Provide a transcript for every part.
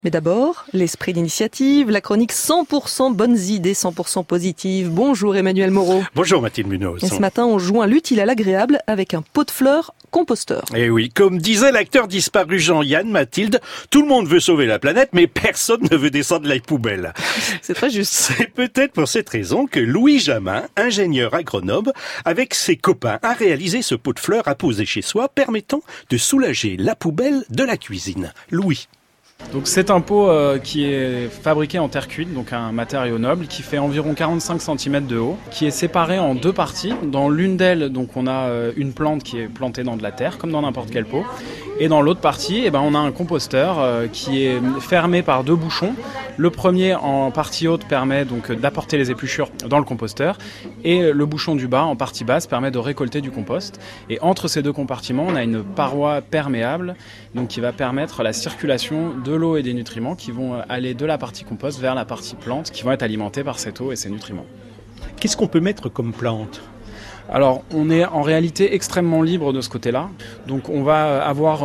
Mais d'abord, l'esprit d'initiative, la chronique 100% bonnes idées, 100% positives. Bonjour Emmanuel Moreau. Bonjour Mathilde Munoz. Et ce matin, on joint l'utile à l'agréable avec un pot de fleurs composteur. Et oui, comme disait l'acteur disparu Jean-Yann, Mathilde, tout le monde veut sauver la planète, mais personne ne veut descendre les poubelles. C'est très juste. C'est peut-être pour cette raison que Louis Jamin, ingénieur agronome, avec ses copains, a réalisé ce pot de fleurs à poser chez soi, permettant de soulager la poubelle de la cuisine. Louis. Donc c'est un pot qui est fabriqué en terre cuite, donc un matériau noble, qui fait environ 45 cm de haut, qui est séparé en deux parties. Dans l'une d'elles, donc on a une plante qui est plantée dans de la terre, comme dans n'importe quel pot. Et dans l'autre partie, on a un composteur qui est fermé par deux bouchons. Le premier, en partie haute, permet donc d'apporter les épluchures dans le composteur. Et le bouchon du bas, en partie basse, permet de récolter du compost. Et entre ces deux compartiments, on a une paroi perméable, donc qui va permettre la circulation de l'eau et des nutriments qui vont aller de la partie compost vers la partie plante, qui vont être alimentés par cette eau et ces nutriments. Qu'est-ce qu'on peut mettre comme plante ? Alors, on est en réalité extrêmement libre de ce côté-là. Donc, on va avoir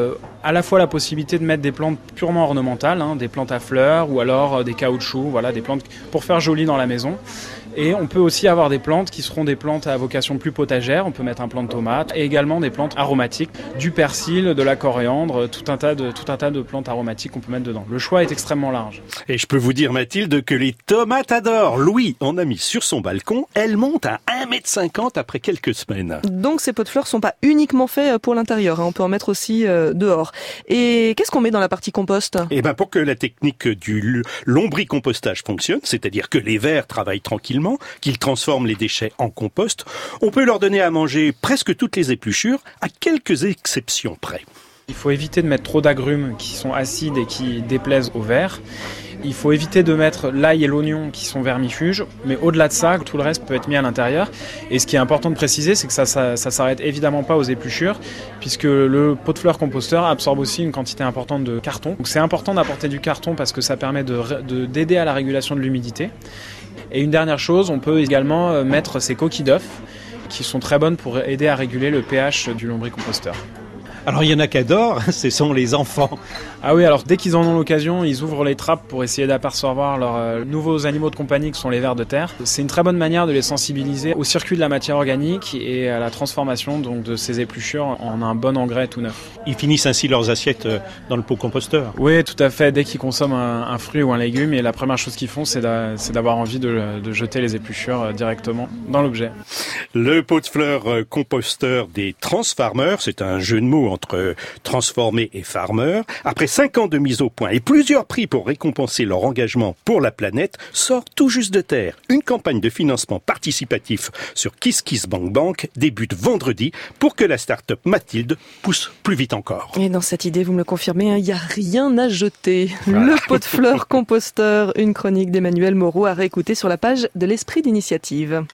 à la fois la possibilité de mettre des plantes purement ornementales, des plantes à fleurs ou alors des caoutchoucs, voilà, des plantes pour faire joli dans la maison. Et on peut aussi avoir des plantes qui seront des plantes à vocation plus potagère. On peut mettre un plant de tomate et également des plantes aromatiques, du persil, de la coriandre, tout un tas de plantes aromatiques qu'on peut mettre dedans. Le choix est extrêmement large. Et je peux vous dire, Mathilde, que les tomates adorent. Louis en a mis sur son balcon. Elles montent à 1,50 m après quelques semaines. Donc ces pots de fleurs sont pas uniquement faits pour l'intérieur. On peut en mettre aussi dehors. Et qu'est-ce qu'on met dans la partie compost ? Pour que la technique du lombricompostage fonctionne, c'est-à-dire que les vers travaillent tranquillement, qu'ils transforment les déchets en compost, on peut leur donner à manger presque toutes les épluchures, à quelques exceptions près. Il faut éviter de mettre trop d'agrumes qui sont acides et qui déplaisent aux vers. Il faut éviter de mettre l'ail et l'oignon qui sont vermifuges, mais au-delà de ça, tout le reste peut être mis à l'intérieur. Et ce qui est important de préciser, c'est que ça s'arrête évidemment pas aux épluchures, puisque le pot de fleurs composteur absorbe aussi une quantité importante de carton. Donc c'est important d'apporter du carton parce que ça permet d'aider à la régulation de l'humidité. Et une dernière chose, on peut également mettre ces coquilles d'œufs qui sont très bonnes pour aider à réguler le pH du lombricomposteur. Alors il y en a qui adorent, ce sont les enfants. Ah oui, alors dès qu'ils en ont l'occasion, ils ouvrent les trappes pour essayer d'apercevoir leurs nouveaux animaux de compagnie qui sont les vers de terre. C'est une très bonne manière de les sensibiliser au circuit de la matière organique et à la transformation donc, de ces épluchures en un bon engrais tout neuf. Ils finissent ainsi leurs assiettes dans le pot composteur. Oui, tout à fait. Dès qu'ils consomment un fruit ou un légume, et la première chose qu'ils font, c'est d'avoir envie de jeter les épluchures directement dans l'objet. Le pot de fleurs composteur des Transfarmers, c'est un jeu de mots entre transformé et farmer. Après 5 ans de mise au point et plusieurs prix pour récompenser leur engagement pour la planète, sort tout juste de terre. Une campagne de financement participatif sur KissKissBankBank débute vendredi pour que la start-up Mathilde pousse plus vite encore. Et dans cette idée, vous me le confirmez, il n'y a rien à jeter. Voilà. Le pot de fleurs composteur, une chronique d'Emmanuel Moreau à réécouter sur la page de l'Esprit d'initiative.